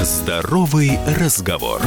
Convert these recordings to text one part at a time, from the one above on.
Здоровый разговор.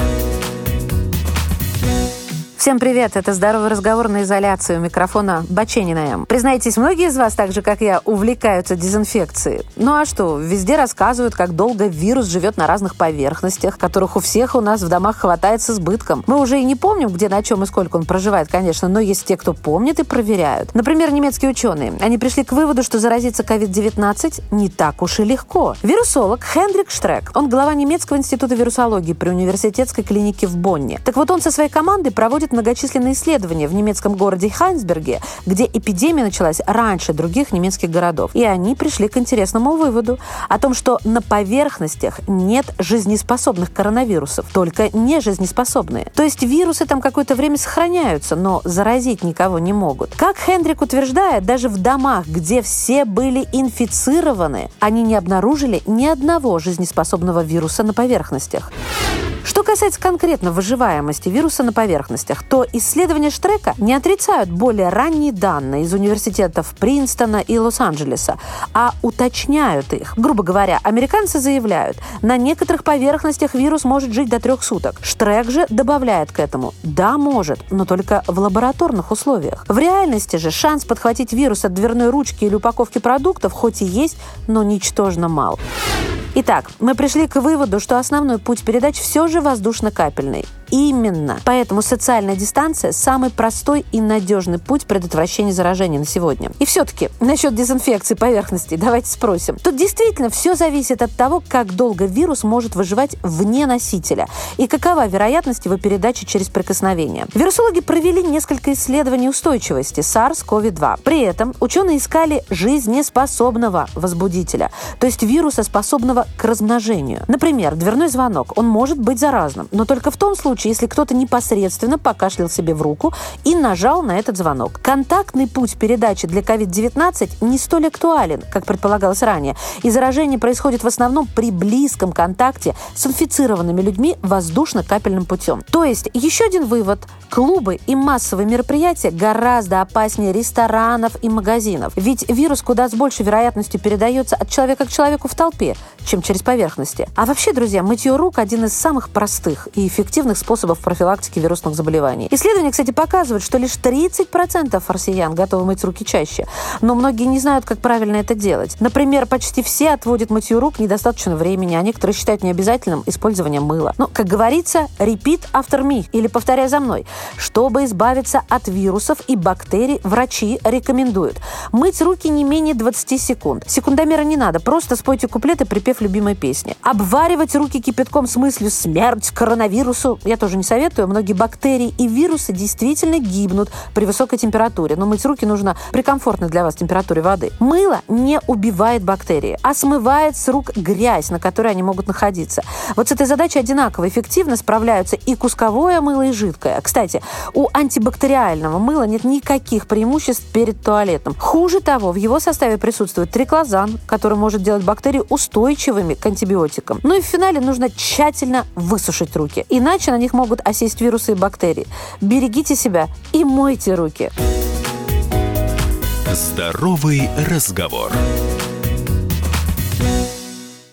Всем привет! Это «Здоровый разговор» на изоляции. У микрофона Баченина М. Признайтесь, многие из вас, так же как я, увлекаются дезинфекцией. Ну а что, везде рассказывают, как долго вирус живет на разных поверхностях, которых у всех у нас в домах хватает с избытком. Мы уже и не помним, где, на чем и сколько он проживает, конечно, но есть те, кто помнит и проверяют. Например, немецкие ученые. Они пришли к выводу, что заразиться COVID-19 не так уж и легко. Вирусолог Хендрик Штрек, он глава немецкого института вирусологии при университетской клинике в Бонне. Так вот, он со своей командой проводит многочисленные исследования в немецком городе Хайнсберге, где эпидемия началась раньше других немецких городов. И они пришли к интересному выводу о том, что на поверхностях нет жизнеспособных коронавирусов, только нежизнеспособные. То есть вирусы там какое-то время сохраняются, но заразить никого не могут. Как Хендрик утверждает, даже в домах, где все были инфицированы, они не обнаружили ни одного жизнеспособного вируса на поверхностях. Что касается конкретно выживаемости вируса на поверхностях, то исследования Штрека не отрицают более ранние данные из университетов Принстона и Лос-Анджелеса, а уточняют их. Грубо говоря, американцы заявляют, на некоторых поверхностях вирус может жить до 3 суток. Штрек же добавляет к этому: да, может, но только в лабораторных условиях. В реальности же шанс подхватить вирус от дверной ручки или упаковки продуктов хоть и есть, но ничтожно мал. Итак, мы пришли к выводу, что основной путь передачи все же воздушно-капельный. Именно. Поэтому социальная дистанция – самый простой и надежный путь предотвращения заражения на сегодня. И все-таки насчет дезинфекции поверхностей давайте спросим. Тут действительно все зависит от того, как долго вирус может выживать вне носителя и какова вероятность его передачи через прикосновение. Вирусологи провели несколько исследований устойчивости SARS-CoV-2. При этом ученые искали жизнеспособного возбудителя, то есть вируса, способного к размножению. Например, дверной звонок. Он может быть заразным, но только в том случае, если кто-то непосредственно покашлял себе в руку и нажал на этот звонок. Контактный путь передачи для COVID-19 не столь актуален, как предполагалось ранее, и заражение происходит в основном при близком контакте с инфицированными людьми воздушно-капельным путем. То есть, еще один вывод. Клубы и массовые мероприятия гораздо опаснее ресторанов и магазинов. Ведь вирус куда с большей вероятностью передается от человека к человеку в толпе, чем через поверхности. А вообще, друзья, мытье рук – один из самых простых и эффективных способов профилактики вирусных заболеваний. Исследования, кстати, показывают, что лишь 30% россиян готовы мыть руки чаще. Но многие не знают, как правильно это делать. Например, почти все отводят мытью рук недостаточно времени, а некоторые считают необязательным использование мыла. Но, как говорится, repeat after me, или повторяй за мной. Чтобы избавиться от вирусов и бактерий, врачи рекомендуют мыть руки не менее 20 секунд. Секундомера не надо, просто спойте куплеты, припев любимой песни. Обваривать руки кипятком с мыслью «смерть коронавирусу» я тоже не советую. Многие бактерии и вирусы действительно гибнут при высокой температуре, но мыть руки нужно при комфортной для вас температуре воды. Мыло не убивает бактерии, а смывает с рук грязь, на которой они могут находиться. Вот с этой задачей одинаково эффективно справляются и кусковое мыло, и жидкое. Кстати, у антибактериального мыла нет никаких преимуществ перед туалетным. Хуже того, в его составе присутствует триклозан, который может делать бактерии устойчивыми к антибиотикам. Ну и в финале нужно тщательно высушить руки, иначе на них могут осесть вирусы и бактерии. Берегите себя и мойте руки. Здоровый разговор.